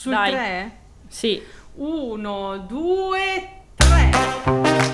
Sul Dai. 3? Sì. 1, 2, 3.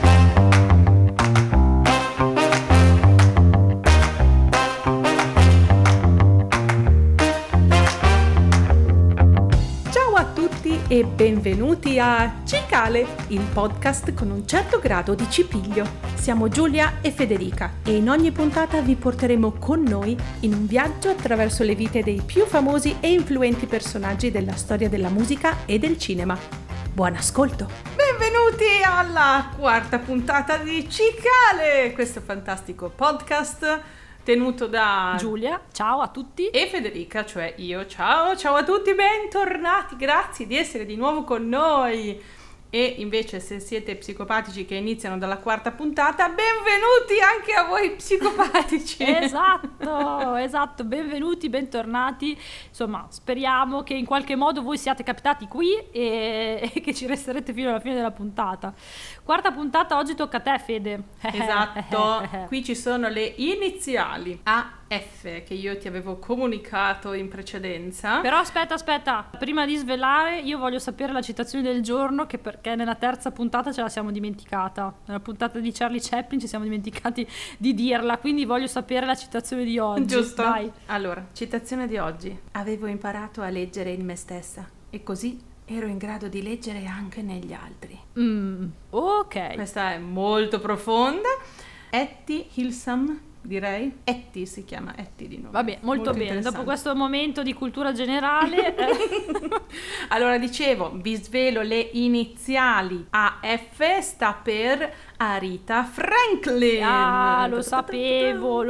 Ciao a tutti e benvenuti a Cicale, il podcast con un certo grado di cipiglio. Siamo Giulia e Federica e in ogni puntata vi porteremo con noi in un viaggio attraverso le vite dei più famosi e influenti personaggi della storia della musica e del cinema. Buon ascolto! Benvenuti alla quarta puntata di Cicale, questo fantastico podcast tenuto da Giulia, ciao a tutti. e Federica, cioè io. Ciao a tutti, bentornati, grazie di essere di nuovo con noi. E invece se siete psicopatici che iniziano dalla quarta puntata, benvenuti anche a voi psicopatici. Esatto, benvenuti, bentornati. Insomma, speriamo che in qualche modo voi siate capitati qui e che ci resterete fino alla fine della puntata. Quarta puntata, oggi tocca a te, Fede. Esatto, qui ci sono le iniziali AF che io ti avevo comunicato in precedenza. Però aspetta, prima di svelare io voglio sapere la citazione del giorno, perché nella terza puntata ce la siamo dimenticata. Nella puntata di Charlie Chaplin ci siamo dimenticati di dirla, quindi voglio sapere la citazione di oggi. Giusto? Dai. Allora, citazione di oggi. Avevo imparato a leggere in me stessa e così ero in grado di leggere anche negli altri. Ok. Questa è molto profonda. Etty Hillsum, direi. Etty si chiama, Etty di nuovo. Vabbè, molto bene, dopo interessante. questo momento di cultura generale Allora, dicevo, vi svelo le iniziali. AF sta per Aretha Franklin. lo sapevo.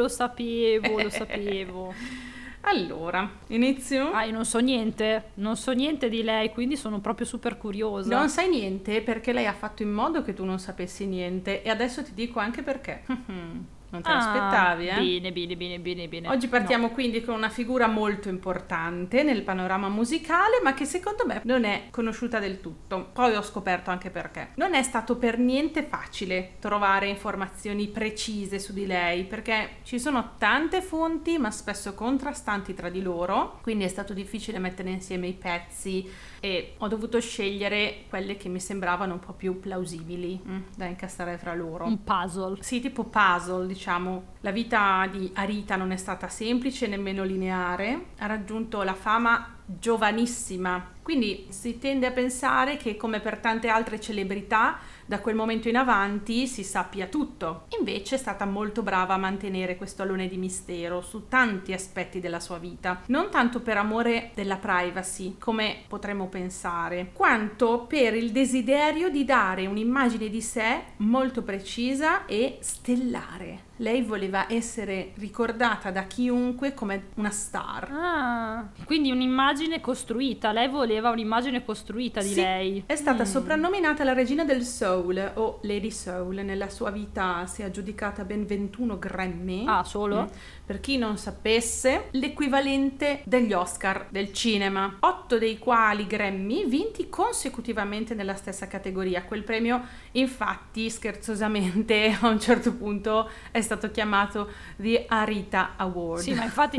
Allora, inizio? Io non so niente di lei, quindi sono proprio super curiosa. Non sai niente perché lei ha fatto in modo che tu non sapessi niente e adesso ti dico anche perché. Non te l'aspettavi, Bene. Oggi partiamo quindi con una figura molto importante nel panorama musicale, ma che secondo me non è conosciuta del tutto. Poi ho scoperto anche perché. Non è stato per niente facile trovare informazioni precise su di lei, perché ci sono tante fonti, ma spesso contrastanti tra di loro, quindi è stato difficile mettere insieme i pezzi e ho dovuto scegliere quelle che mi sembravano un po' più plausibili da incastrare fra loro. Un puzzle. Sì, tipo puzzle, diciamo. La vita di Aretha non è stata semplice, nemmeno lineare. Ha raggiunto la fama giovanissima, quindi si tende a pensare che, come per tante altre celebrità, da quel momento in avanti si sappia tutto. Invece è stata molto brava a mantenere questo alone di mistero su tanti aspetti della sua vita, non tanto per amore della privacy, come potremmo pensare, quanto per il desiderio di dare un'immagine di sé molto precisa e stellare. Lei voleva essere ricordata da chiunque come una star. Quindi un'immagine costruita. Lei voleva un'immagine costruita di lei. È stata soprannominata la regina del soul o Lady Soul. Nella sua vita si è aggiudicata ben 21 Grammy. Solo? Per chi non sapesse, l'equivalente degli Oscar del cinema, 8 dei quali Grammy vinti consecutivamente nella stessa categoria. Quel premio, infatti, scherzosamente a un certo punto è stato chiamato The Aretha Award. Sì, ma infatti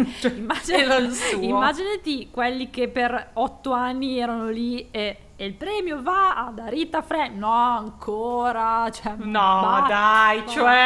immaginati quelli che per 8 anni erano lì e il premio va ad Aretha Franklin. No, ancora. Dai,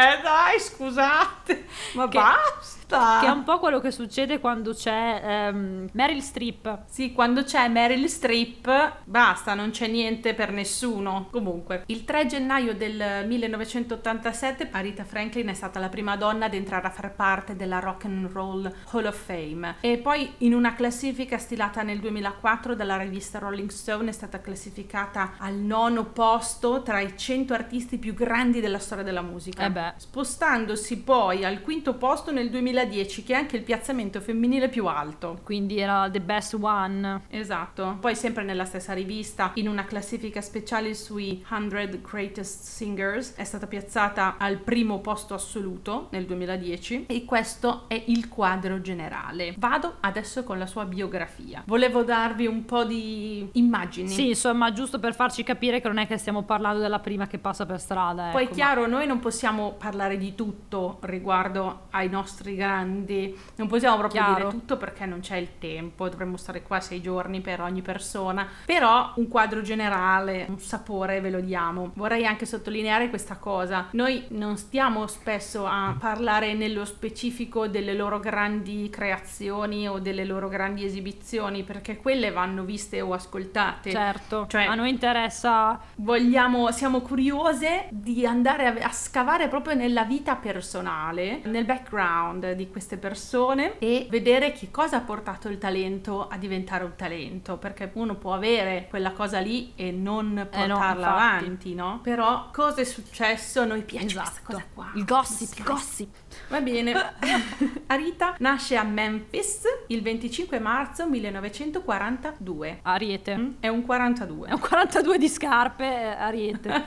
scusate, ma basta. Che è un po' quello che succede quando c'è Meryl Streep. Sì, quando c'è Meryl Streep, basta, non c'è niente per nessuno. Comunque, il 3 gennaio del 1987 Aretha Franklin è stata la prima donna ad entrare a far parte della Rock and Roll Hall of Fame. E poi in una classifica stilata nel 2004 dalla rivista Rolling Stone è stata classificata al 9° posto tra i 100 artisti più grandi della storia della musica. Spostandosi poi al 5° posto nel 2010, che è anche il piazzamento femminile più alto. Quindi era the best one. Esatto. Poi sempre nella stessa rivista, in una classifica speciale sui 100 Greatest Singers, è stata piazzata al 1° posto assoluto nel 2010 e questo è il quadro generale. Vado adesso con la sua biografia. Volevo darvi un po' di immagini. Sì, insomma, giusto per farci capire che non è che stiamo parlando della prima che passa per strada. Poi ecco, chiaro, noi non possiamo parlare di tutto riguardo ai nostri grandi, non possiamo proprio Chiaro. dire tutto perché non c'è il tempo, dovremmo stare qua 6 giorni per ogni persona, però un quadro generale, un sapore ve lo diamo. Vorrei anche sottolineare questa cosa: noi non stiamo spesso a parlare nello specifico delle loro grandi creazioni o delle loro grandi esibizioni, perché quelle vanno viste o ascoltate. certo, Cioè, a noi interessa. siamo curiose di andare a scavare proprio nella vita personale, nel background di queste persone e vedere che cosa ha portato il talento a diventare un talento, perché uno può avere quella cosa lì e non portarla infatti. avanti, no? Però cosa è successo? A noi piace questa cosa qua. Il gossip. Va bene. Arita nasce a Memphis il 25 marzo 1942. Ariete. È un 42. È un 42 di scarpe, Ariete.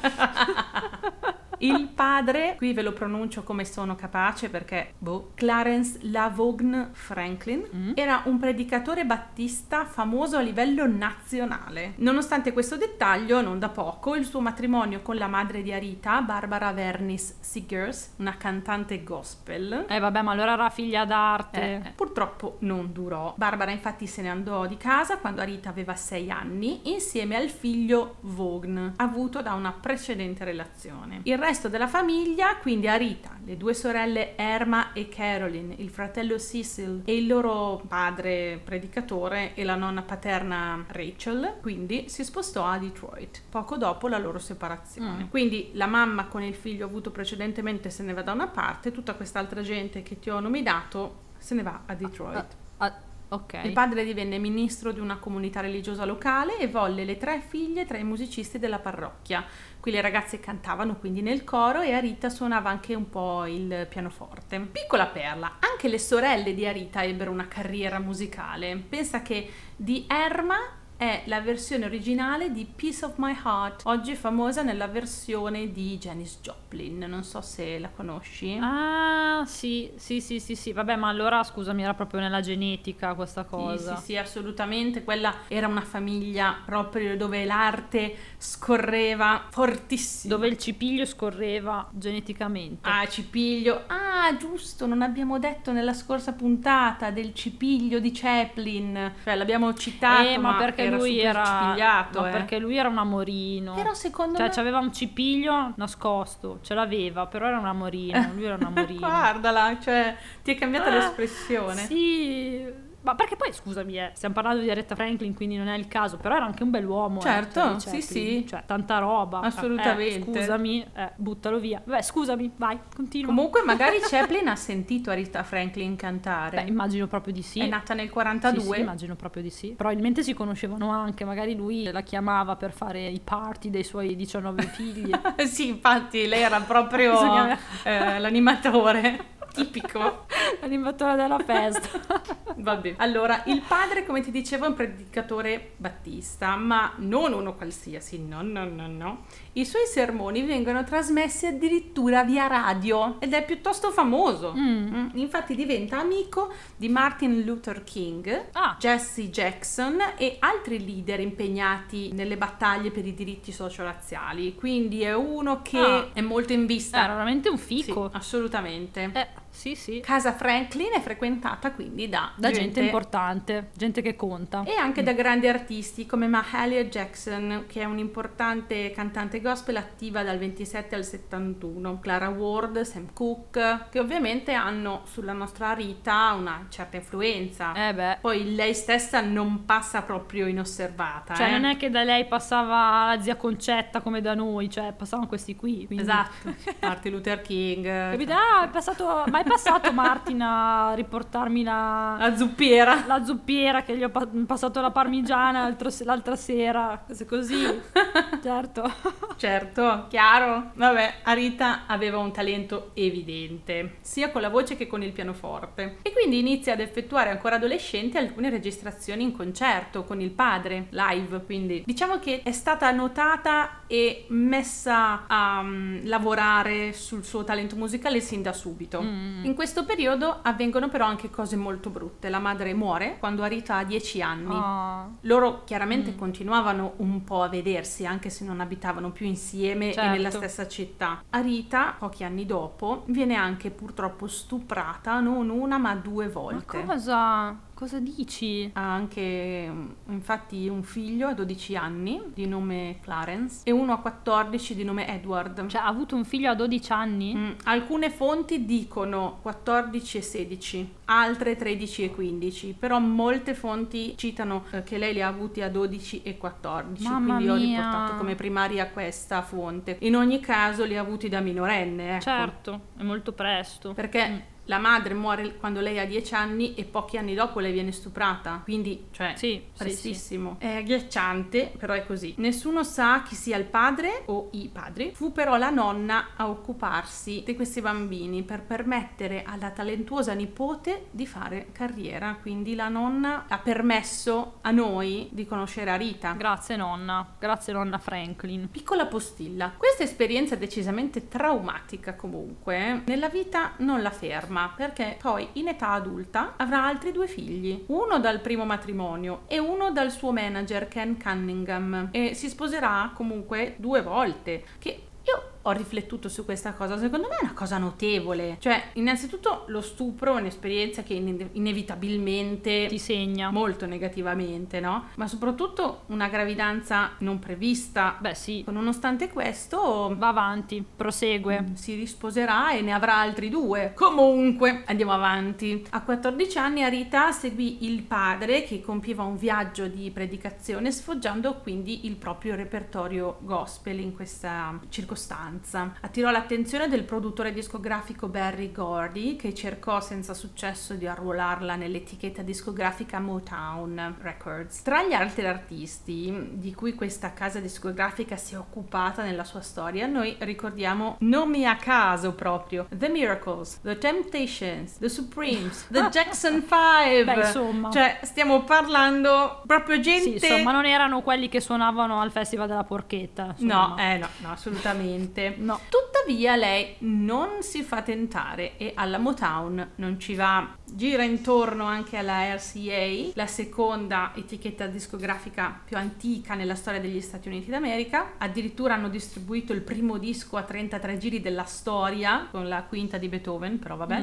Il padre, qui ve lo pronuncio come sono capace perché, Clarence Lavogne Franklin, era un predicatore battista famoso a livello nazionale. Nonostante questo dettaglio, non da poco, il suo matrimonio con la madre di Arita, Barbara Vernice Seegers, una cantante gospel, Vabbè, ma allora era figlia d'arte. purtroppo non durò. Barbara infatti se ne andò di casa quando Arita aveva 6 anni insieme al figlio Vaughn, avuto da una precedente relazione. Il resto della famiglia, quindi Arita, le 2 sorelle Erma e Caroline, il fratello Cecil e il loro padre predicatore e la nonna paterna Rachel, quindi si spostò a Detroit poco dopo la loro separazione. Quindi la mamma con il figlio avuto precedentemente se ne va da una parte, tutta quest'altra gente che ti ho nominato se ne va a Detroit. Ok. Il padre divenne ministro di una comunità religiosa locale e volle le 3 figlie tra i musicisti della parrocchia. Qui le ragazze cantavano quindi nel coro e Arita suonava anche un po' il pianoforte. Piccola perla, anche le sorelle di Arita ebbero una carriera musicale. Pensa che di Erma è la versione originale di Piece of My Heart, oggi famosa nella versione di Janis Joplin, non so se la conosci. Ah, sì, vabbè, ma allora scusami, era proprio nella genetica questa cosa. Sì, assolutamente, quella era una famiglia proprio dove l'arte scorreva fortissimo. Dove il cipiglio scorreva geneticamente. Cipiglio, giusto, non abbiamo detto nella scorsa puntata del cipiglio di Chaplin, cioè l'abbiamo citato, ma perché lui super era cipigliato, perché lui era un amorino. Però secondo cioè me c'aveva un cipiglio nascosto, ce l'aveva, però era un amorino, lui era un amorino. guardala, cioè ti è cambiata l'espressione. Sì, ma perché poi scusami, stiamo parlando di Aretha Franklin, quindi non è il caso, però era anche un bell'uomo. Certo, Charlie sì, Chaplin. sì. Cioè tanta roba. Assolutamente. Scusami, buttalo via. Vabbè, scusami, vai, continua. Comunque magari Chaplin ha sentito Aretha Franklin cantare. Beh, immagino proprio di sì. È nata nel 42. Sì, immagino proprio di sì. Probabilmente si conoscevano anche, magari lui la chiamava per fare i party dei suoi 19 figli. Sì, infatti lei era proprio l'animatore tipico. L'animatore della festa. Vabbè. Allora, il padre, come ti dicevo, è un predicatore battista, ma non uno qualsiasi, no. I suoi sermoni vengono trasmessi addirittura via radio ed è piuttosto famoso. Infatti diventa amico di Martin Luther King, Jesse Jackson e altri leader impegnati nelle battaglie per i diritti socio-razziali, quindi è uno che è molto in vista. Era veramente un fico. Sì, assolutamente. Sì. Casa Franklin è frequentata quindi da gente importante, gente che conta. E anche da grandi artisti come Mahalia Jackson, che è un'importante cantante gospel attiva dal 27 al 71, Clara Ward, Sam Cooke, che ovviamente hanno sulla nostra Rita una certa influenza. Poi lei stessa non passa proprio inosservata. Cioè non è che da lei passava la zia Concetta come da noi, cioè passavano questi qui. Quindi... Esatto, Martin Luther King. Capite? È passato Martin a riportarmi la zuppiera. La zuppiera che gli ho passato la parmigiana l'altra sera, così. Certo, chiaro. Vabbè, Arita aveva un talento evidente, sia con la voce che con il pianoforte. E quindi inizia ad effettuare ancora adolescente alcune registrazioni in concerto con il padre, live, quindi diciamo che è stata notata e messa a lavorare sul suo talento musicale sin da subito. In questo periodo avvengono però anche cose molto brutte. La madre muore quando Arita ha 10 anni. Loro chiaramente continuavano un po' a vedersi, anche se non abitavano più insieme e nella stessa città. Arita, pochi anni dopo, viene anche purtroppo stuprata non una ma 2 volte. Ma cosa dici? Ha anche infatti un figlio a 12 anni di nome Clarence e uno a 14 di nome Edward. Cioè ha avuto un figlio a 12 anni? Alcune fonti dicono 14 e 16, altre 13 e 15, però molte fonti citano che lei li ha avuti a 12 e 14. Mamma quindi ho mia. riportato come primaria questa fonte. In ogni caso li ha avuti da minorenne, ecco. Certo, è molto presto. Perché la madre muore quando lei ha 10 anni e pochi anni dopo lei viene stuprata, quindi cioè prestissimo. È agghiacciante, però è così. Nessuno sa chi sia il padre o i padri. Fu però la nonna a occuparsi di questi bambini per permettere alla talentuosa nipote di fare carriera, quindi la nonna ha permesso a noi di conoscere Arita. Grazie nonna Franklin. Piccola postilla: questa esperienza decisamente traumatica comunque nella vita non la ferma, perché poi in età adulta avrà altri 2 figli, uno dal primo matrimonio e uno dal suo manager Ken Cunningham, e si sposerà comunque 2 volte, che io ho riflettuto su questa cosa, secondo me è una cosa notevole. Cioè, innanzitutto lo stupro è un'esperienza che inevitabilmente ti segna molto negativamente, no? Ma soprattutto una gravidanza non prevista. Beh sì. Nonostante questo va avanti, prosegue, si risposerà e ne avrà altri 2. Comunque andiamo avanti. A 14 anni Arita seguì il padre che compieva un viaggio di predicazione, sfoggiando quindi il proprio repertorio gospel in questa circostanza. Attirò l'attenzione del produttore discografico Berry Gordy, che cercò senza successo di arruolarla nell'etichetta discografica Motown Records. Tra gli altri artisti di cui questa casa discografica si è occupata nella sua storia, noi ricordiamo nomi a caso proprio: The Miracles, The Temptations, The Supremes, The Jackson 5. Beh, insomma, cioè stiamo parlando proprio gente. Sì, insomma, non erano quelli che suonavano al Festival della Porchetta, insomma. No, assolutamente. No. Tuttavia lei non si fa tentare e alla Motown non ci va. Gira intorno anche alla RCA, la seconda etichetta discografica più antica nella storia degli Stati Uniti d'America. Addirittura hanno distribuito il primo disco a 33 giri della storia con la quinta di Beethoven, però vabbè.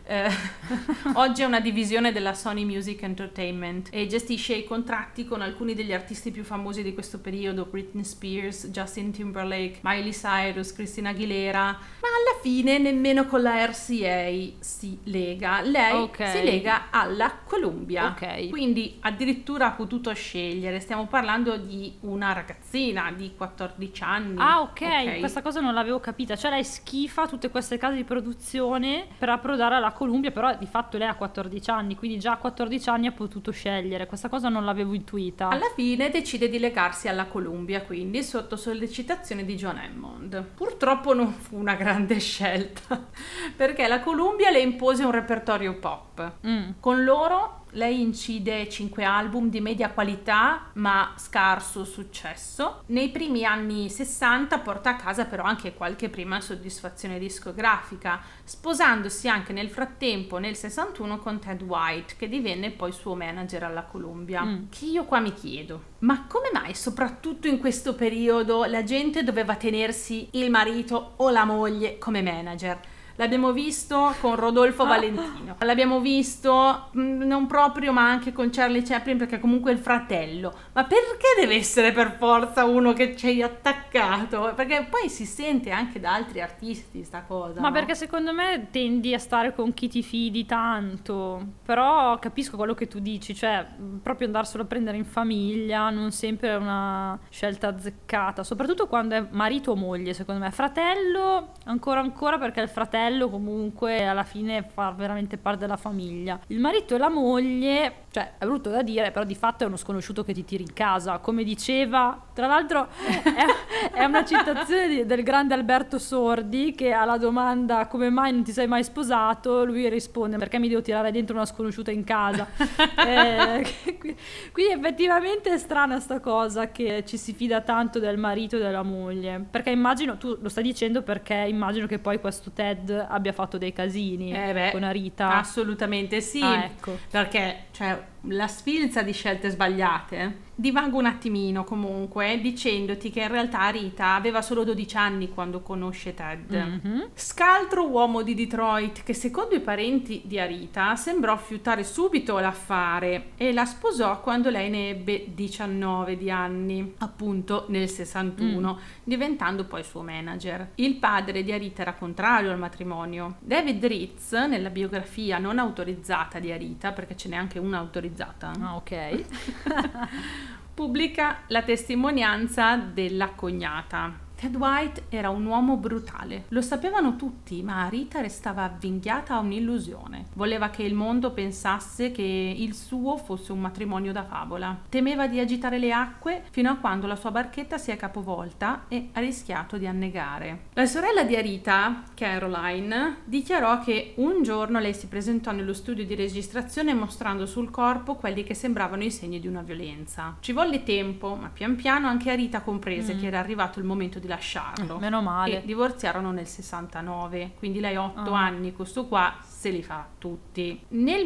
Oggi è una divisione della Sony Music Entertainment e gestisce i contratti con alcuni degli artisti più famosi di questo periodo: Britney Spears, Justin Timberlake, Miley Cyrus, Christina Aguilera. Ma alla fine nemmeno con la RCA si lega. Lei si lega alla Columbia, quindi addirittura ha potuto scegliere. Stiamo parlando di una ragazzina di 14 anni. Questa cosa non l'avevo capita, cioè lei schifa tutte queste case di produzione per approdare alla Columbia, però di fatto lei ha 14 anni, quindi già a 14 anni ha potuto scegliere. Questa cosa non l'avevo intuita. Alla fine decide di legarsi alla Columbia, quindi sotto sollecitazione di John Hammond. Purtroppo non fu una grande scelta, perché la Columbia le impose un repertorio pop. Con loro lei incide 5 album di media qualità ma scarso successo. Nei primi anni 60 porta a casa però anche qualche prima soddisfazione discografica, sposandosi anche nel frattempo nel 61 con Ted White, che divenne poi suo manager alla Columbia. Che io qua mi chiedo, ma come mai soprattutto in questo periodo la gente doveva tenersi il marito o la moglie come manager? L'abbiamo visto con Rodolfo Valentino, l'abbiamo visto non proprio ma anche con Charlie Chaplin, perché comunque è il fratello. Ma perché deve essere per forza uno che ci hai attaccato? Perché poi si sente anche da altri artisti sta cosa. Ma no? perché secondo me tendi a stare con chi ti fidi tanto. Però capisco quello che tu dici, cioè proprio andarselo a prendere in famiglia non sempre è una scelta azzeccata, soprattutto quando è marito o moglie. Secondo me fratello ancora, perché il fratello comunque alla fine fa veramente parte della famiglia. Il marito e la moglie, cioè è brutto da dire, però di fatto è uno sconosciuto che ti tiri in casa, come diceva, tra l'altro è una citazione del grande Alberto Sordi, che alla domanda come mai non ti sei mai sposato, lui risponde: perché mi devo tirare dentro una sconosciuta in casa. Quindi effettivamente è strana sta cosa che ci si fida tanto del marito e della moglie, perché immagino, tu lo stai dicendo perché immagino che poi questo Ted abbia fatto dei casini con Arita. Assolutamente sì, ecco. perché cioè, la sfilza di scelte sbagliate. Divago un attimino comunque dicendoti che in realtà Rita aveva solo 12 anni quando conosce Ted. Scaltro uomo di Detroit che secondo i parenti di Arita sembrò fiutare subito l'affare e la sposò quando lei ne ebbe 19 di anni, appunto nel 61, diventando poi suo manager. Il padre di Arita era contrario al matrimonio. David Ritz, nella biografia non autorizzata di Arita, perché ce n'è anche una autorizzata, ok, pubblica la testimonianza della cognata. Ted White era un uomo brutale. Lo sapevano tutti, ma Rita restava avvinghiata a un'illusione. Voleva che il mondo pensasse che il suo fosse un matrimonio da favola. Temeva di agitare le acque fino a quando la sua barchetta si è capovolta e ha rischiato di annegare. La sorella di Arita, Caroline, dichiarò che un giorno lei si presentò nello studio di registrazione mostrando sul corpo quelli che sembravano i segni di una violenza. Ci volle tempo, ma pian piano anche Arita comprese che era arrivato il momento di lasciarlo. Meno male. E divorziarono nel 69, quindi lei 8 anni, questo qua se li fa tutti. Nel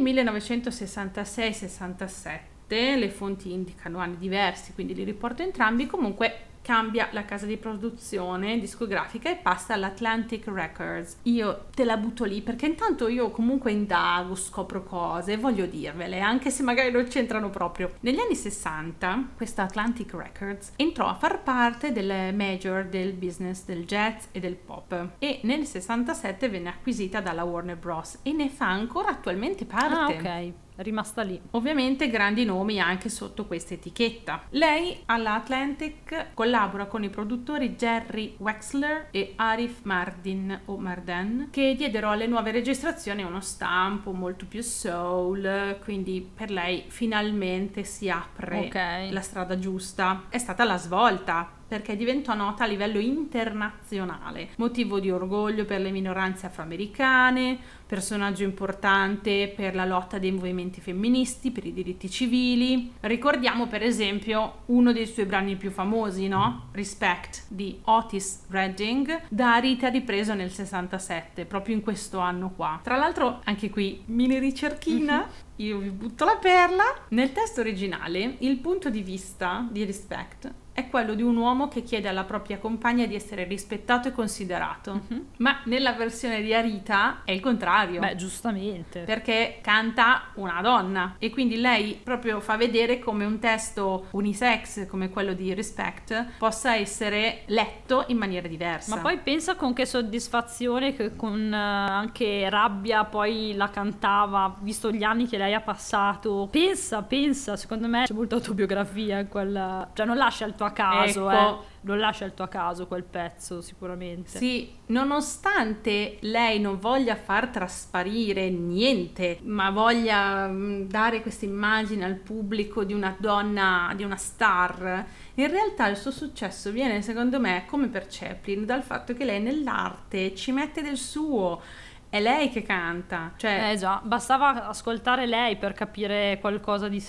1966-67 le fonti indicano anni diversi, quindi li riporto entrambi. Comunque cambia la casa di produzione discografica e passa all'Atlantic Records. Io te la butto lì perché intanto io comunque indago, scopro cose, voglio dirvele, anche se magari non c'entrano proprio. Negli anni 60 questa Atlantic Records entrò a far parte delle major del business del jazz e del pop e nel 67 venne acquisita dalla Warner Bros. E ne fa ancora attualmente parte. Ok, è rimasta lì. Ovviamente grandi nomi anche sotto questa etichetta. Lei alla Atlantic collabora con i produttori Jerry Wexler e Arif Mardin o Marden, che diedero alle nuove registrazioni uno stampo molto più soul, quindi per lei finalmente si apre la strada giusta. È stata la svolta, perché diventò nota a livello internazionale, motivo di orgoglio per le minoranze afroamericane, personaggio importante per la lotta dei movimenti femministi, per i diritti civili. Ricordiamo per esempio uno dei suoi brani più famosi, no? Respect di Otis Redding, da Rita ripreso nel 67, proprio in questo anno qua. Tra l'altro anche qui mini ricerchina, io vi butto la perla. Nel testo originale il punto di vista di Respect è quello di un uomo che chiede alla propria compagna di essere rispettato e considerato. Ma nella versione di Arita è il contrario. Beh, giustamente. Perché canta una donna e quindi lei proprio fa vedere come un testo unisex come quello di Respect possa essere letto in maniera diversa. Ma poi pensa con che soddisfazione, che con anche rabbia poi la cantava, visto gli anni che lei ha passato. Pensa, secondo me c'è molta autobiografia in quella... Cioè non lascia il tuo a caso, ecco. Non lascia il tuo a caso quel pezzo, sicuramente. Sì, nonostante lei non voglia far trasparire niente, ma voglia dare questa immagine al pubblico di una donna, di una star, in realtà il suo successo viene, secondo me, come per Chaplin, dal fatto che lei nell'arte ci mette del suo. È lei che canta, cioè... già, bastava ascoltare lei per capire qualcosa di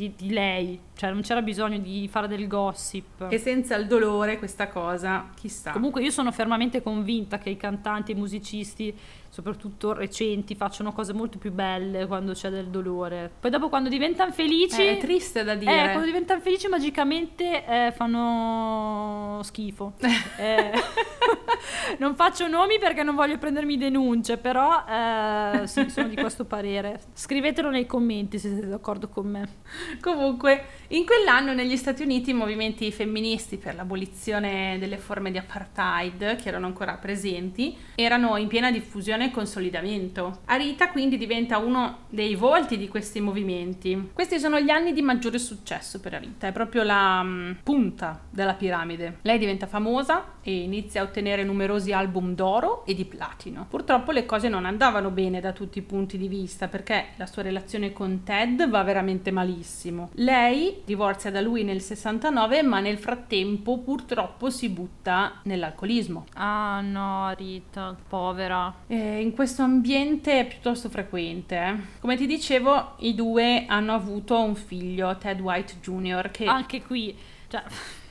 lei, cioè non c'era bisogno di fare del gossip. E senza il dolore questa cosa, chissà. Comunque io sono fermamente convinta che i cantanti e i musicisti, soprattutto recenti, facciano cose molto più belle quando c'è del dolore. Poi dopo quando diventano felici... È triste da dire. Quando diventano felici magicamente fanno schifo. Non faccio nomi perché non voglio prendermi denunce, però sì, sono di questo parere. Scrivetelo nei commenti se siete d'accordo con me. Comunque, in quell'anno negli Stati Uniti i movimenti femministi per l'abolizione delle forme di apartheid, che erano ancora presenti, erano in piena diffusione e consolidamento. Arita quindi diventa uno dei volti di questi movimenti. Questi sono gli anni di maggiore successo per Arita, è proprio la punta della piramide. Lei diventa famosa e inizia a ottenere numerosi album d'oro e di platino. Purtroppo le cose non andavano bene da tutti i punti di vista, perché la sua relazione con Ted va veramente malissimo. Lei divorzia da lui nel 69, ma nel frattempo purtroppo si butta nell'alcolismo. Ah no, Rita, povera. In questo ambiente piuttosto frequente. Come ti dicevo, i due hanno avuto un figlio, Ted White Jr., che... Anche qui, cioè...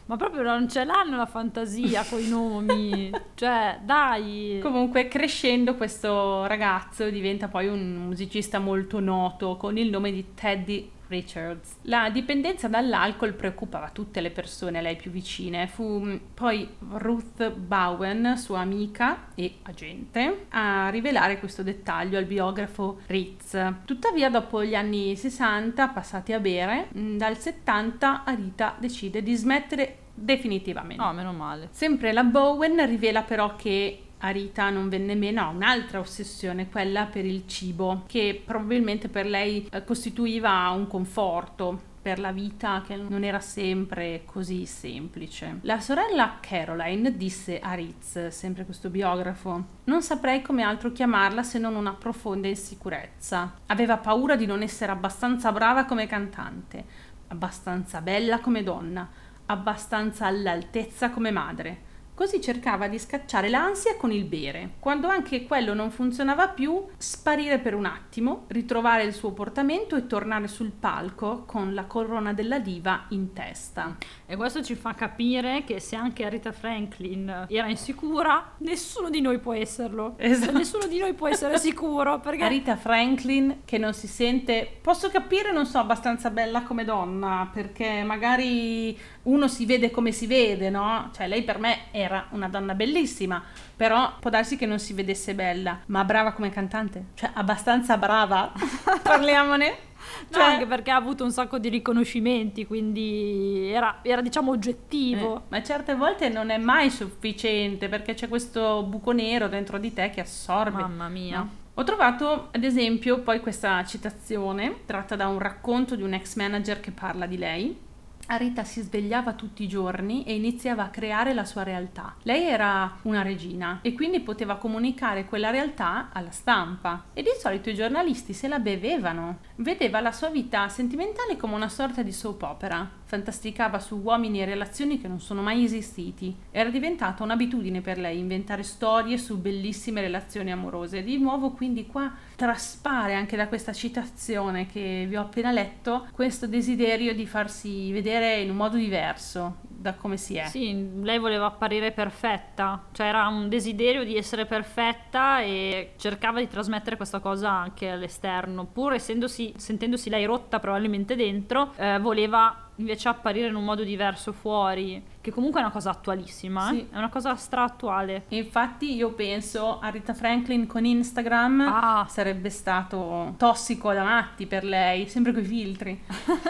Ma proprio non ce l'hanno la fantasia coi nomi. Cioè, dai. Comunque, crescendo, questo ragazzo diventa poi un musicista molto noto con il nome di Teddy Richards. La dipendenza dall'alcol preoccupava tutte le persone a lei più vicine. Fu poi Ruth Bowen, sua amica e agente, a rivelare questo dettaglio al biografo Ritz. Tuttavia, dopo gli anni 60, passati a bere, dal 70 Arita decide di smettere definitivamente. No, meno male. Sempre la Bowen rivela però che Arita non venne meno a un'altra ossessione, quella per il cibo, che probabilmente per lei costituiva un conforto per la vita che non era sempre così semplice. La sorella Caroline disse a Ritz, sempre questo biografo: non saprei come altro chiamarla se non una profonda insicurezza. Aveva paura di non essere abbastanza brava come cantante, abbastanza bella come donna, abbastanza all'altezza come madre. Così cercava di scacciare l'ansia con il bere. Quando anche quello non funzionava più, sparire per un attimo, ritrovare il suo portamento e tornare sul palco con la corona della diva in testa. E questo ci fa capire che se anche Aretha Franklin era insicura, nessuno di noi può esserlo. Esatto. Nessuno di noi può essere sicuro, perché Aretha Franklin che non si sente, posso capire, non so, abbastanza bella come donna, perché magari uno si vede come si vede, no? Cioè lei per me era una donna bellissima, però può darsi che non si vedesse bella, ma brava come cantante, cioè abbastanza brava, parliamone. No, anche perché ha avuto un sacco di riconoscimenti, quindi era diciamo oggettivo. Ma certe volte non è mai sufficiente, perché c'è questo buco nero dentro di te che assorbe. Mamma mia. No? Ho trovato ad esempio poi questa citazione tratta da un racconto di un ex manager che parla di lei. Arita si svegliava tutti i giorni e iniziava a creare la sua realtà. Lei era una regina e quindi poteva comunicare quella realtà alla stampa, e di solito i giornalisti se la bevevano. Vedeva la sua vita sentimentale come una sorta di soap opera, fantasticava su uomini e relazioni che non sono mai esistiti. Era diventata un'abitudine per lei inventare storie su bellissime relazioni amorose. Di nuovo quindi qua traspare anche da questa citazione che vi ho appena letto questo desiderio di farsi vedere in un modo diverso da come si è. Sì, lei voleva apparire perfetta, cioè era un desiderio di essere perfetta e cercava di trasmettere questa cosa anche all'esterno, pur sentendosi lei rotta probabilmente dentro, voleva invece apparire in un modo diverso fuori, che comunque è una cosa attualissima, Sì. È una cosa stra-attuale. Infatti io penso a Aretha Franklin con Instagram sarebbe stato tossico da matti per lei, sempre coi filtri.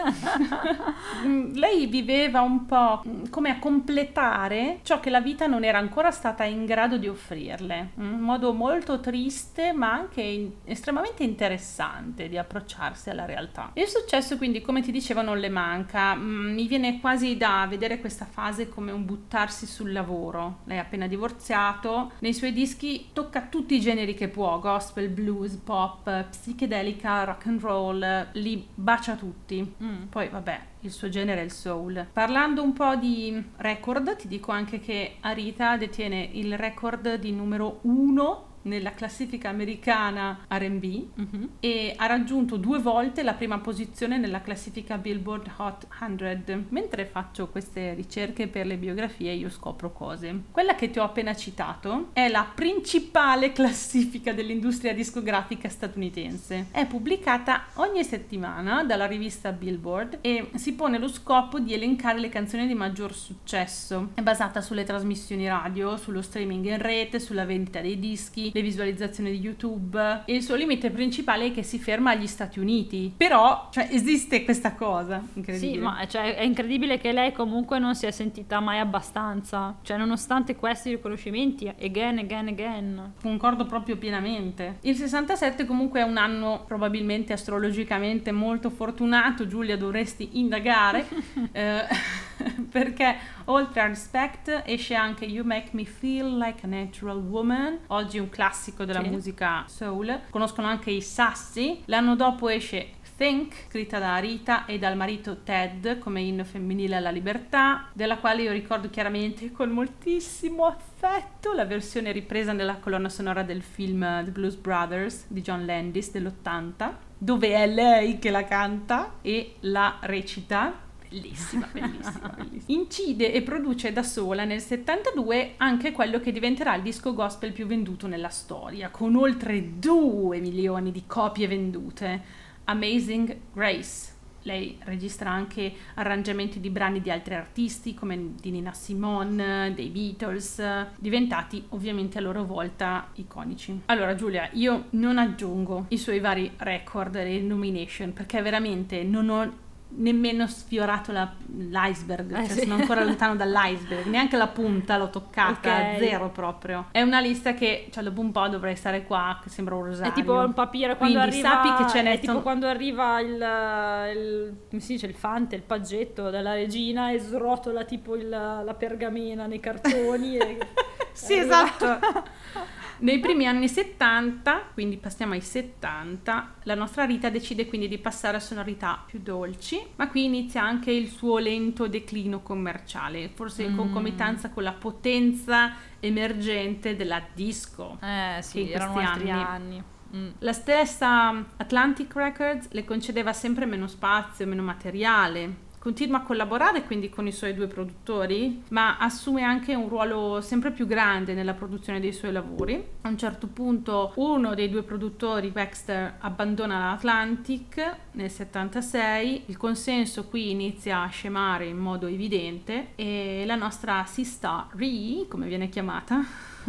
Lei viveva un po' come a completare ciò che la vita non era ancora stata in grado di offrirle, un modo molto triste ma anche estremamente interessante di approcciarsi alla realtà. Il successo quindi, come ti dicevo, non le manca. Mi viene quasi da vedere questa fase come un buttarsi sul lavoro. Lei è appena divorziato, nei suoi dischi tocca tutti i generi che può: gospel, blues, pop, psichedelica, rock and roll, li bacia tutti. Poi vabbè, il suo genere è il soul. Parlando un po' di record, ti dico anche che Arita detiene il record di numero 1 nella classifica americana R&B e ha raggiunto 2 volte la prima posizione nella classifica Billboard Hot 100. Mentre faccio queste ricerche per le biografie io scopro cose. Quella che ti ho appena citato è la principale classifica dell'industria discografica statunitense. È pubblicata ogni settimana dalla rivista Billboard e si pone lo scopo di elencare le canzoni di maggior successo. È basata sulle trasmissioni radio, sullo streaming in rete, sulla vendita dei dischi, le visualizzazioni di YouTube, e il suo limite principale è che si ferma agli Stati Uniti. Però, cioè, esiste questa cosa incredibile. Sì, ma cioè, è incredibile che lei comunque non si è sentita mai abbastanza, cioè nonostante questi riconoscimenti, again. Concordo proprio pienamente. Il 67 comunque è un anno probabilmente astrologicamente molto fortunato. Giulia, dovresti indagare perché oltre a Respect esce anche You Make Me Feel Like a Natural Woman, oggi un classico della musica soul. Conoscono anche i Sassi. L'anno dopo esce Think, scritta da Arita e dal marito Ted come inno femminile alla libertà, della quale io ricordo chiaramente con moltissimo affetto la versione ripresa nella colonna sonora del film The Blues Brothers di John Landis dell'80, dove è lei che la canta e la recita. bellissima, bellissima, bellissima. Incide e produce da sola nel 72 anche quello che diventerà il disco gospel più venduto nella storia, con oltre 2 milioni di copie vendute, Amazing Grace. Lei registra anche arrangiamenti di brani di altri artisti come di Nina Simone, dei Beatles, diventati ovviamente a loro volta iconici. Allora Giulia, io non aggiungo i suoi vari record e nomination perché veramente non ho nemmeno sfiorato l'iceberg, cioè sì. sono ancora lontano dall'iceberg, neanche la punta l'ho toccata, Ok. zero proprio. È una lista che, cioè, dopo un po' dovrei stare qua che sembra un rosario. È tipo un papiro quando Quindi arriva, sappi che ce n'è è tipo quando arriva come si dice, il fante, il paggetto della regina e srotola tipo la pergamena nei cartoni e Sì, arriva- esatto. Nei primi anni 70, quindi passiamo ai 70, la nostra Rita decide quindi di passare a sonorità più dolci, ma qui inizia anche il suo lento declino commerciale, forse in concomitanza con la potenza emergente della disco. sì, in erano questi altri anni. anni. La stessa Atlantic Records le concedeva sempre meno spazio, meno materiale. Continua a collaborare quindi con i suoi due produttori, ma assume anche un ruolo sempre più grande nella produzione dei suoi lavori. A un certo punto uno dei due produttori, Baxter, abbandona l'Atlantic nel 76, il consenso qui inizia a scemare in modo evidente e la nostra sister Ree, come viene chiamata,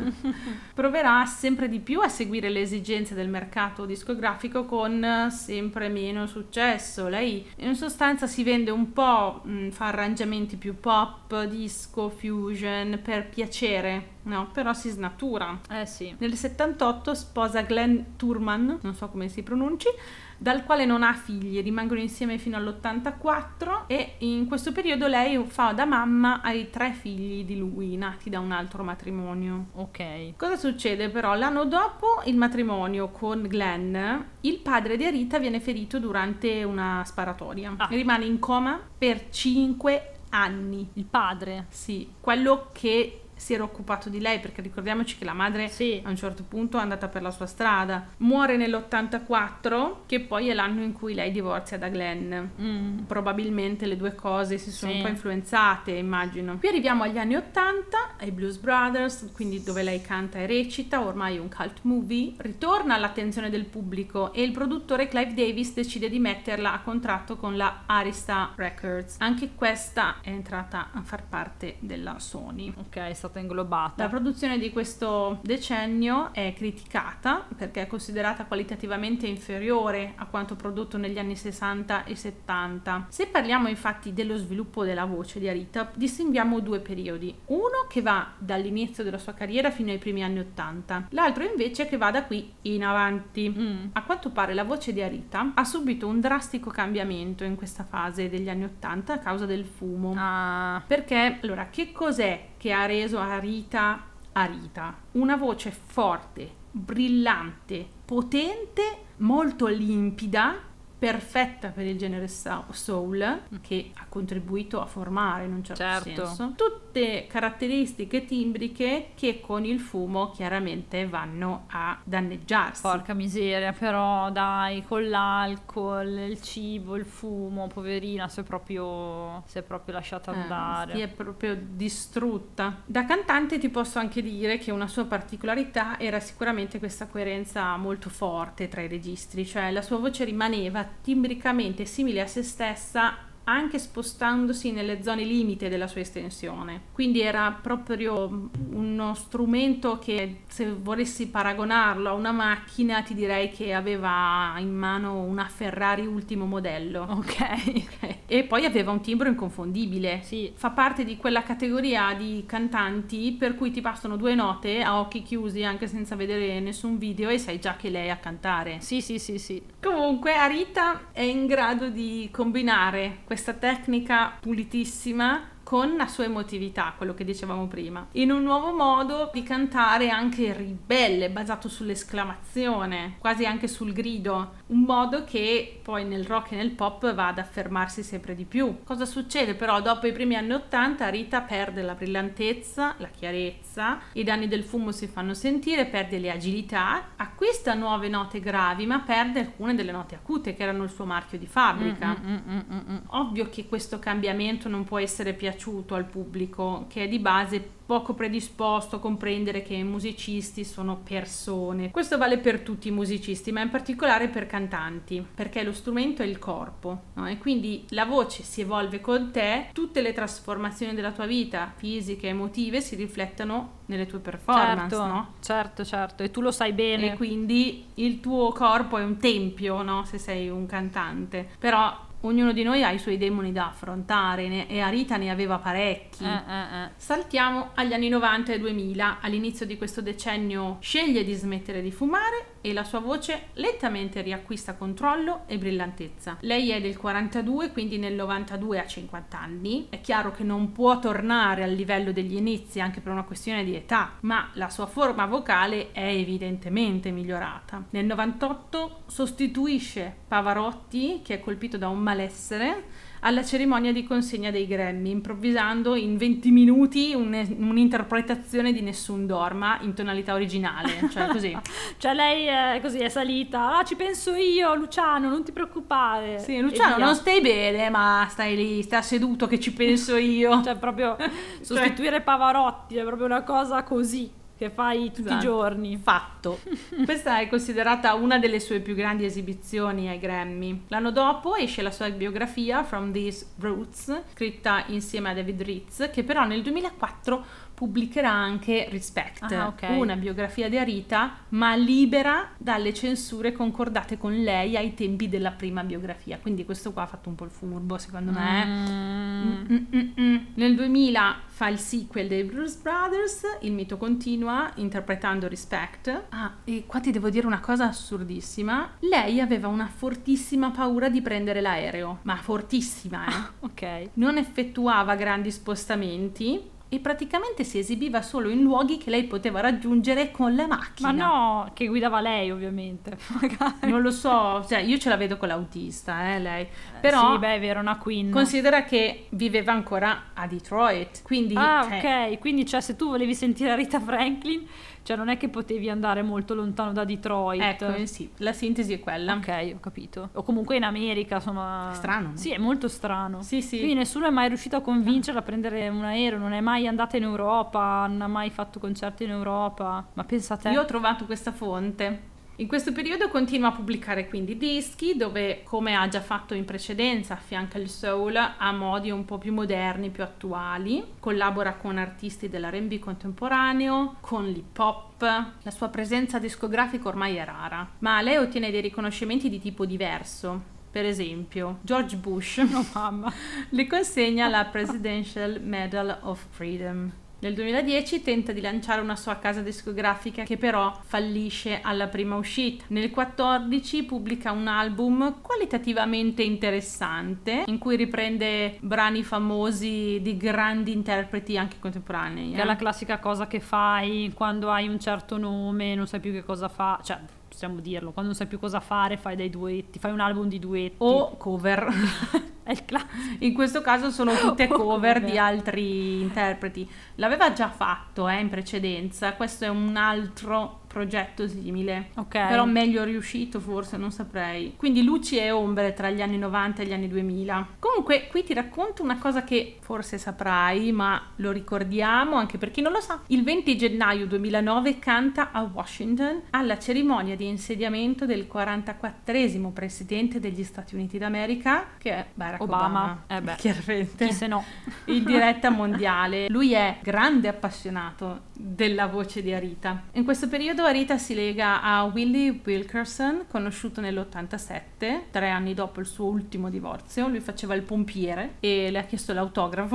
proverà sempre di più a seguire le esigenze del mercato discografico con sempre meno successo. Lei in sostanza si vende un po', fa arrangiamenti più pop, disco, fusion per piacere, no? Però si snatura. Sì. Nel 78 sposa Glenn Turman, non so come si pronunci, dal quale non ha figli, rimangono insieme fino all'84 e in questo periodo lei fa da mamma ai 3 figli di lui, nati da un altro matrimonio. Ok. Cosa succede però? L'anno dopo il matrimonio con Glenn, il padre di Rita viene ferito durante una sparatoria. Rimane in coma per 5 anni. Il padre? Sì, quello che si era occupato di lei, perché ricordiamoci che la madre a un certo punto è andata per la sua strada. Muore nell'84, che poi è l'anno in cui lei divorzia da Glenn. Probabilmente le due cose si sono un po' influenzate, immagino. Qui arriviamo agli anni 80, ai Blues Brothers, quindi dove lei canta e recita, ormai è un cult movie. Ritorna all'attenzione del pubblico e il produttore Clive Davis decide di metterla a contratto con la Arista Records. Anche questa è entrata a far parte della Sony. Ok, è stata inglobata. La produzione di questo decennio è criticata perché è considerata qualitativamente inferiore a quanto prodotto negli anni 60 e 70. Se parliamo infatti dello sviluppo della voce di Rita, distinguiamo due periodi. Uno che va dall'inizio della sua carriera fino ai primi anni 80, l'altro invece che va da qui in avanti. A quanto pare la voce di Rita ha subito un drastico cambiamento in questa fase degli anni 80 a causa del fumo. Perché, allora, che cos'è che ha reso Rita una voce forte, brillante, potente, molto limpida, perfetta per il genere soul, che ha contribuito a formare in un certo senso. Tutte caratteristiche timbriche che con il fumo chiaramente vanno a danneggiarsi. Porca miseria, però dai, con l'alcol, il cibo, il fumo, poverina, si è proprio lasciata andare. Si è proprio distrutta. Da cantante ti posso anche dire che una sua particolarità era sicuramente questa coerenza molto forte tra i registri, cioè la sua voce rimaneva timbricamente simile a se stessa anche spostandosi nelle zone limite della sua estensione. Quindi era proprio uno strumento che, se volessi paragonarlo a una macchina, ti direi che aveva in mano una Ferrari ultimo modello. Ok. E poi aveva un timbro inconfondibile. Sì. Fa parte di quella categoria di cantanti per cui ti bastano 2 note a occhi chiusi, anche senza vedere nessun video, e sai già che lei è a cantare. Sì. Comunque Rita è in grado di combinare questa tecnica pulitissima con la sua emotività, quello che dicevamo prima, in un nuovo modo di cantare anche ribelle, basato sull'esclamazione, quasi anche sul grido, un modo che poi nel rock e nel pop va ad affermarsi sempre di più. Cosa succede però? Dopo i primi anni 80 Rita perde la brillantezza, la chiarezza, i danni del fumo si fanno sentire, perde le agilità, acquista nuove note gravi ma perde alcune delle note acute che erano il suo marchio di fabbrica. Ovvio che questo cambiamento non può essere piaciuto al pubblico, che è di base poco predisposto a comprendere che i musicisti sono persone. Questo vale per tutti i musicisti, ma in particolare per cantanti, perché lo strumento è il corpo, no? E quindi la voce si evolve con te, tutte le trasformazioni della tua vita, fisiche, emotive, si riflettono nelle tue performance, Certo, no? certo, e tu lo sai bene. E quindi il tuo corpo è un tempio, no? Se sei un cantante. Però ognuno di noi ha i suoi demoni da affrontare e Rita ne aveva parecchi. Saltiamo agli anni 90 e 2000. All'inizio di questo decennio sceglie di smettere di fumare e la sua voce lentamente riacquista controllo e brillantezza. Lei è del 42, quindi nel 92 ha 50 anni. È chiaro che non può tornare al livello degli inizi anche per una questione di età, ma la sua forma vocale è evidentemente migliorata. Nel 98 sostituisce Pavarotti, che è colpito da un malessere, alla cerimonia di consegna dei Grammy, improvvisando in 20 minuti un'interpretazione di Nessun Dorma in tonalità originale, cioè così. Cioè lei è così, è salita, ci penso io, Luciano, non ti preoccupare. Sì, Luciano, non stai bene, ma stai lì, stai seduto che ci penso io. Cioè proprio sostituire Pavarotti è proprio una cosa così che fai tutti i giorni. Fatto. Questa è considerata una delle sue più grandi esibizioni ai Grammy. L'anno dopo esce la sua biografia From These Roots, scritta insieme a David Ritz, che però nel 2004 pubblicherà anche Respect, una biografia di Rita, ma libera dalle censure concordate con lei ai tempi della prima biografia. Quindi questo qua ha fatto un po' il furbo, secondo me. Nel 2000 fa il sequel dei Blues Brothers, Il mito continua, interpretando Respect. E qua ti devo dire una cosa assurdissima. Lei aveva una fortissima paura di prendere l'aereo, ma fortissima, Non effettuava grandi spostamenti e praticamente si esibiva solo in luoghi che lei poteva raggiungere con la macchina. Ma no, che guidava lei ovviamente. Magari. Non lo so, cioè io ce la vedo con l'autista, lei. Però sì, beh, è vero, una Queen. Considera che viveva ancora a Detroit, quindi... ok, quindi cioè se tu volevi sentire Rita Franklin, cioè non è che potevi andare molto lontano da Detroit. Ecco, sì, la sintesi è quella. Ok, ho capito. O comunque in America, insomma... È strano, no? Sì, è molto strano. Sì. Quindi nessuno è mai riuscito a convincerla a prendere un aereo, non è mai andata in Europa, non ha mai fatto concerti in Europa. Ma pensa a te. Io ho trovato questa fonte. In questo periodo continua a pubblicare quindi dischi dove, come ha già fatto in precedenza, affianca il soul a modi un po' più moderni, più attuali, collabora con artisti dell'R&B contemporaneo, con l'hip hop. La sua presenza discografica ormai è rara, ma lei ottiene dei riconoscimenti di tipo diverso. Per esempio, George Bush le consegna la Presidential Medal of Freedom. Nel 2010 tenta di lanciare una sua casa discografica che però fallisce alla prima uscita. Nel 2014 pubblica un album qualitativamente interessante in cui riprende brani famosi di grandi interpreti anche contemporanei. È la classica cosa che fai quando hai un certo nome, non sai più che cosa fa, cioè possiamo dirlo, quando non sai più cosa fare fai dei duetti, fai un album di duetti o cover. È il classico. In questo caso sono tutte cover di altri interpreti. L'aveva già fatto in precedenza, questo è un altro progetto simile, però meglio riuscito forse, non saprei. Quindi luci e ombre tra gli anni 90 e gli anni 2000. Comunque qui ti racconto una cosa che forse saprai, ma lo ricordiamo anche per chi non lo sa. Il 20 gennaio 2009 canta a Washington alla cerimonia di insediamento del 44esimo presidente degli Stati Uniti d'America, che è Barack Obama. Chiaramente. Chi se no. In diretta mondiale. Lui è grande appassionato della voce di Rita. In questo periodo Rita si lega a Willie Wilkerson, conosciuto nell'87, 3 anni dopo il suo ultimo divorzio. Lui faceva il pompiere e le ha chiesto l'autografo.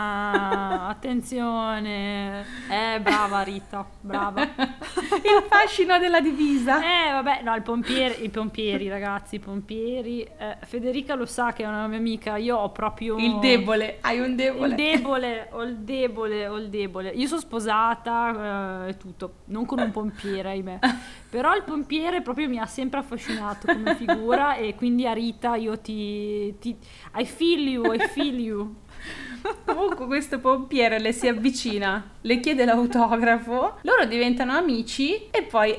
Attenzione, brava Rita, brava. Il fascino della divisa. Vabbè, no, i pompieri ragazzi, i pompieri. Federica lo sa che è una mia amica, io ho proprio... Il debole, hai un debole. Ho il debole. Io sono sposata e tutto, non con un pompiere. pompiere, ahimè. Però il pompiere proprio mi ha sempre affascinato come figura, e quindi a Rita io I feel you. Comunque questo pompiere le si avvicina, le chiede l'autografo, loro diventano amici e poi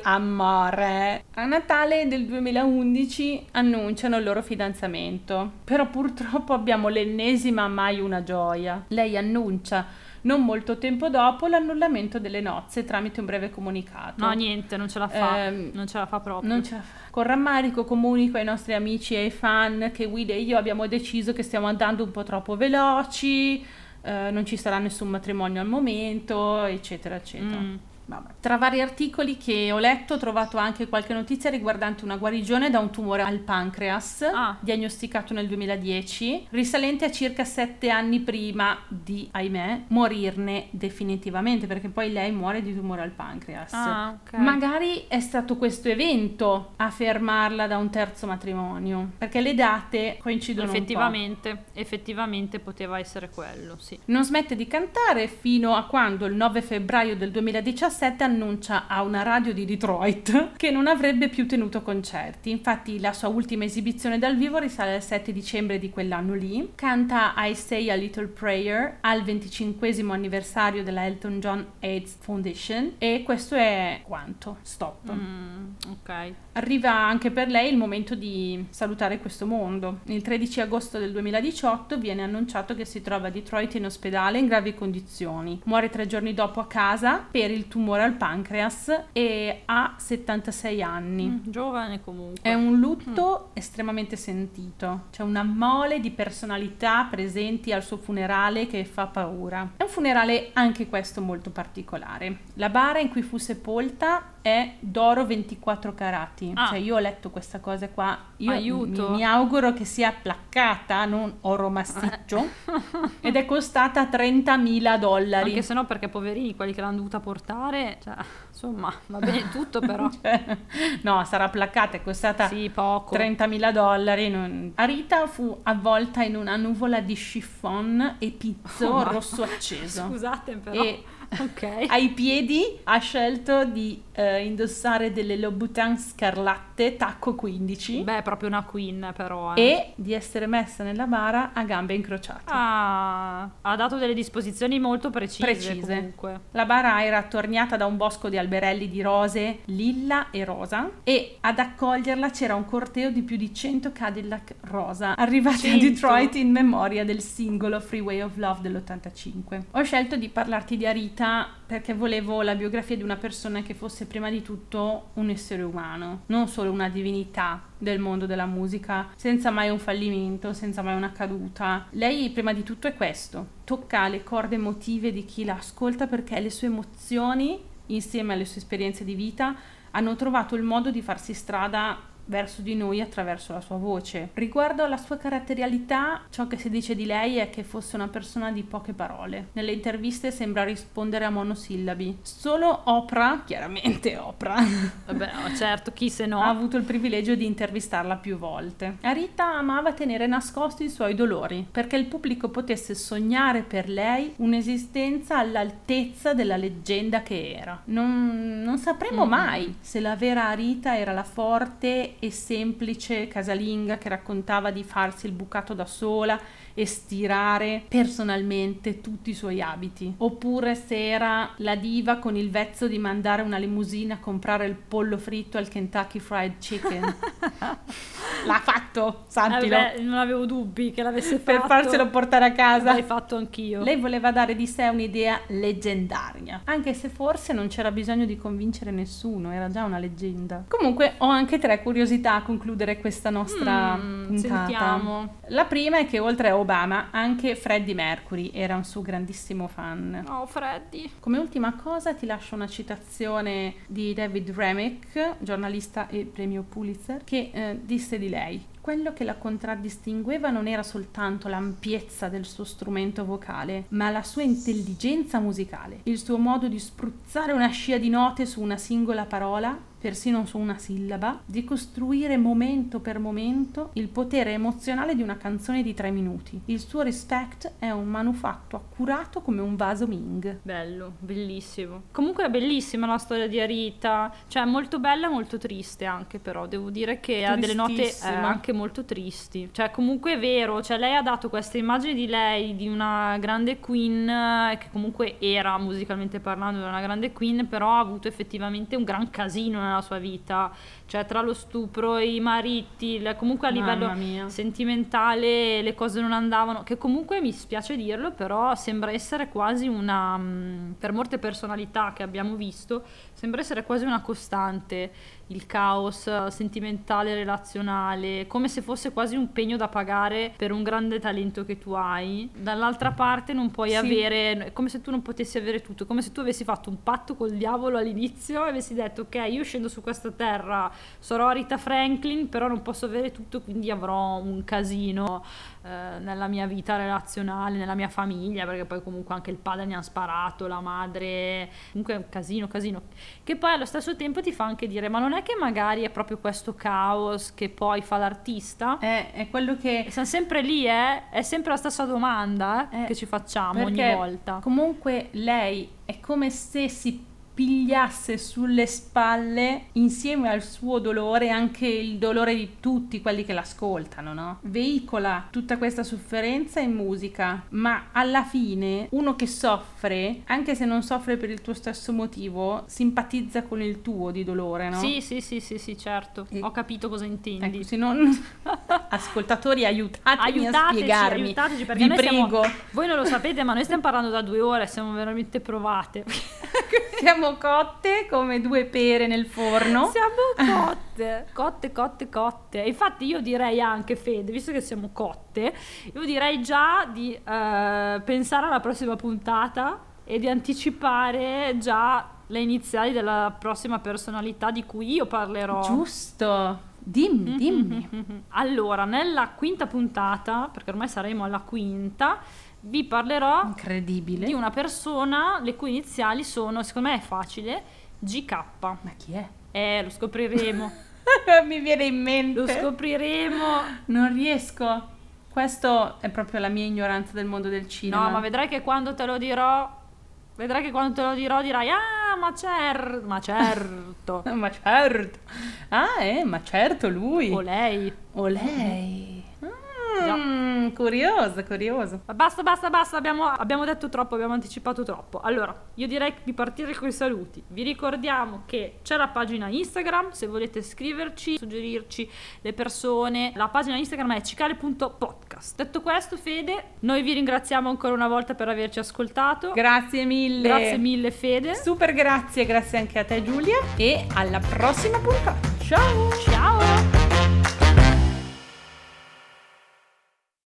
amore. A Natale del 2011 annunciano il loro fidanzamento, però purtroppo abbiamo l'ennesima mai una gioia. Lei annuncia non molto tempo dopo l'annullamento delle nozze tramite un breve comunicato. No, niente, non ce la fa, non ce la fa proprio. Non ce la fa. Con rammarico comunico ai nostri amici e ai fan che Will e io abbiamo deciso che stiamo andando un po' troppo veloci, non ci sarà nessun matrimonio al momento, eccetera, eccetera. Vabbè. Tra vari articoli che ho letto ho trovato anche qualche notizia riguardante una guarigione da un tumore al pancreas, diagnosticato nel 2010, risalente a circa 7 anni prima di, ahimè, morirne definitivamente, perché poi lei muore di tumore al pancreas. Okay. Magari è stato questo evento a fermarla da un terzo matrimonio, perché le date coincidono effettivamente poteva essere quello, sì. Non smette di cantare fino a quando il 9 febbraio del 2017 annuncia a una radio di Detroit che non avrebbe più tenuto concerti. Infatti la sua ultima esibizione dal vivo risale al 7 dicembre di quell'anno lì. Canta I Say a Little Prayer al 25esimo anniversario della Elton John AIDS Foundation, e questo è quanto. Stop. Ok. Arriva anche per lei il momento di salutare questo mondo. Il 13 agosto del 2018 viene annunciato che si trova a Detroit in ospedale in gravi condizioni. Muore 3 giorni dopo a casa per il tumore al pancreas e ha 76 anni. Giovane comunque. È un lutto estremamente sentito. C'è una mole di personalità presenti al suo funerale che fa paura. È un funerale anche questo molto particolare. La bara in cui fu sepolta è d'oro 24 carati. Cioè io ho letto questa cosa qua, io mi auguro che sia placcata, non oro massiccio, ed è costata $30.000. Anche se no, perché poverini quelli che l'hanno dovuta portare, cioè, insomma, va bene tutto, però no, sarà placcata, è costata poco. $30.000. Rita fu avvolta in una nuvola di chiffon e pizzo rosso acceso. Scusate, però. E ai piedi ha scelto di indossare delle Louboutin scarlatte tacco 15. Beh, è proprio una queen, però. E di essere messa nella bara a gambe incrociate. Ha dato delle disposizioni molto precise. Comunque. La bara era attorniata da un bosco di alberelli di rose, lilla e rosa, e ad accoglierla c'era un corteo di più di 100 Cadillac rosa arrivati a Detroit in memoria del singolo Freeway of Love dell'85. Ho scelto di parlarti di Rita perché volevo la biografia di una persona che fosse prima di tutto un essere umano, non solo una divinità del mondo della musica, senza mai un fallimento, senza mai una caduta. Lei prima di tutto è questo, tocca le corde emotive di chi la ascolta, perché le sue emozioni, insieme alle sue esperienze di vita, hanno trovato il modo di farsi strada verso di noi attraverso la sua voce. Riguardo alla sua caratterialità, ciò che si dice di lei è che fosse una persona di poche parole. Nelle interviste sembra rispondere a monosillabi. Solo Oprah, chiaramente Oprah, vabbè, certo, chi se no, ha avuto il privilegio di intervistarla più volte. Rita amava tenere nascosti i suoi dolori, perché il pubblico potesse sognare per lei un'esistenza all'altezza della leggenda che era. Non sapremo mai se la vera Rita era la forte e semplice casalinga che raccontava di farsi il bucato da sola e stirare personalmente tutti i suoi abiti, oppure se era la diva con il vezzo di mandare una limousina a comprare il pollo fritto al Kentucky Fried Chicken. L'ha fatto, sappilo. Non avevo dubbi che l'avesse fatto. Per farselo portare a casa. L'hai fatto anch'io. Lei voleva dare di sé un'idea leggendaria, anche se forse non c'era bisogno di convincere nessuno, era già una leggenda. Comunque ho anche 3 curiosità a concludere questa nostra puntata. Sentiamo. La prima è che oltre a Obama anche Freddie Mercury era un suo grandissimo fan. Oh, Freddie. Come ultima cosa ti lascio una citazione di David Remick, giornalista e premio Pulitzer, che disse di lei: quello che la contraddistingueva non era soltanto l'ampiezza del suo strumento vocale, ma la sua intelligenza musicale, il suo modo di spruzzare una scia di note su una singola parola persino su una sillaba, di costruire momento per momento il potere emozionale di una canzone di 3 minuti. Il suo Respect è un manufatto accurato come un vaso Ming. Bello, bellissimo. Comunque è bellissima la storia di Arita, cioè molto bella e molto triste anche, però devo dire che ha delle note anche molto tristi. Cioè comunque è vero, cioè lei ha dato questa immagine di lei, di una grande queen, che comunque era musicalmente parlando una grande queen, però ha avuto effettivamente un gran casino nella sua vita, cioè tra lo stupro, i mariti, comunque a livello sentimentale le cose non andavano, che comunque mi spiace dirlo, però sembra essere quasi una, per molte personalità che abbiamo visto, sembra essere quasi una costante il caos sentimentale, relazionale, come se fosse quasi un pegno da pagare per un grande talento che tu hai. Dall'altra parte non puoi avere, è come se tu non potessi avere tutto, come se tu avessi fatto un patto col diavolo all'inizio e avessi detto ok, io scendo su questa terra, sarò Rita Franklin, però non posso avere tutto, quindi avrò un casino nella mia vita relazionale, nella mia famiglia, perché poi comunque anche il padre ne ha sparato, la madre, comunque è un casino, che poi allo stesso tempo ti fa anche dire, ma non è che magari è proprio questo caos che poi fa l'artista? È quello che... Siamo sempre lì, è sempre la stessa domanda che ci facciamo ogni volta. Comunque lei è come se si pigliasse sulle spalle, insieme al suo dolore, anche il dolore di tutti quelli che l'ascoltano, no? Veicola tutta questa sofferenza in musica, ma alla fine uno che soffre, anche se non soffre per il tuo stesso motivo, simpatizza con il tuo di dolore, no? Sì, certo. Ho capito cosa intendi. Ecco, se non... Ascoltatori, aiutatemi a spiegarmi. Aiutateci, perché vi prego. Voi non lo sapete, ma noi stiamo parlando da 2 ore, siamo veramente provate. Siamo cotte come 2 pere nel forno. Siamo cotte. Infatti io direi anche, Fede, visto che siamo cotte, io direi già di pensare alla prossima puntata e di anticipare già le iniziali della prossima personalità di cui io parlerò. Giusto. Dimmi. Allora, nella 5ª puntata, perché ormai saremo alla 5ª, vi parlerò incredibile di una persona le cui iniziali sono, secondo me è facile, GK. Ma chi è? Lo scopriremo. Mi viene in mente. Lo scopriremo. Non riesco. Questo è proprio la mia ignoranza del mondo del cinema. No, ma vedrai che quando te lo dirò dirai ma certo. ma certo. Ma certo lui. O lei. Curioso. Basta, abbiamo detto troppo, abbiamo anticipato troppo. Allora, io direi di partire con i saluti. Vi ricordiamo che c'è la pagina Instagram, se volete scriverci, suggerirci le persone. La pagina Instagram è cicale.podcast. Detto questo, Fede, noi vi ringraziamo ancora una volta per averci ascoltato. Grazie mille, Fede. Super grazie anche a te, Giulia, e alla prossima puntata. Ciao.